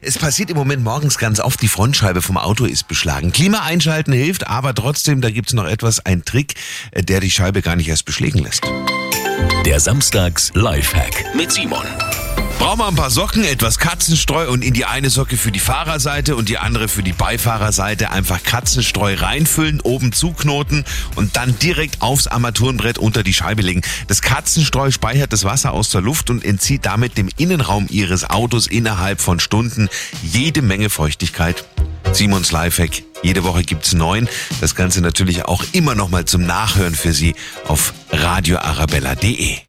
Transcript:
Es passiert im Moment morgens ganz oft, die Frontscheibe vom Auto ist beschlagen. Klima einschalten hilft, aber trotzdem, da gibt's noch etwas, ein Trick, der die Scheibe gar nicht erst beschlägen lässt. Der Samstags-Lifehack mit Simon. Brauchen wir ein paar Socken, etwas Katzenstreu und in die eine Socke für die Fahrerseite und die andere für die Beifahrerseite einfach Katzenstreu reinfüllen, oben zuknoten und dann direkt aufs Armaturenbrett unter die Scheibe legen. Das Katzenstreu speichert das Wasser aus der Luft und entzieht damit dem Innenraum Ihres Autos innerhalb von Stunden jede Menge Feuchtigkeit. Simons Lifehack. Jede Woche gibt's 9. Das Ganze natürlich auch immer noch mal zum Nachhören für Sie auf radioarabella.de.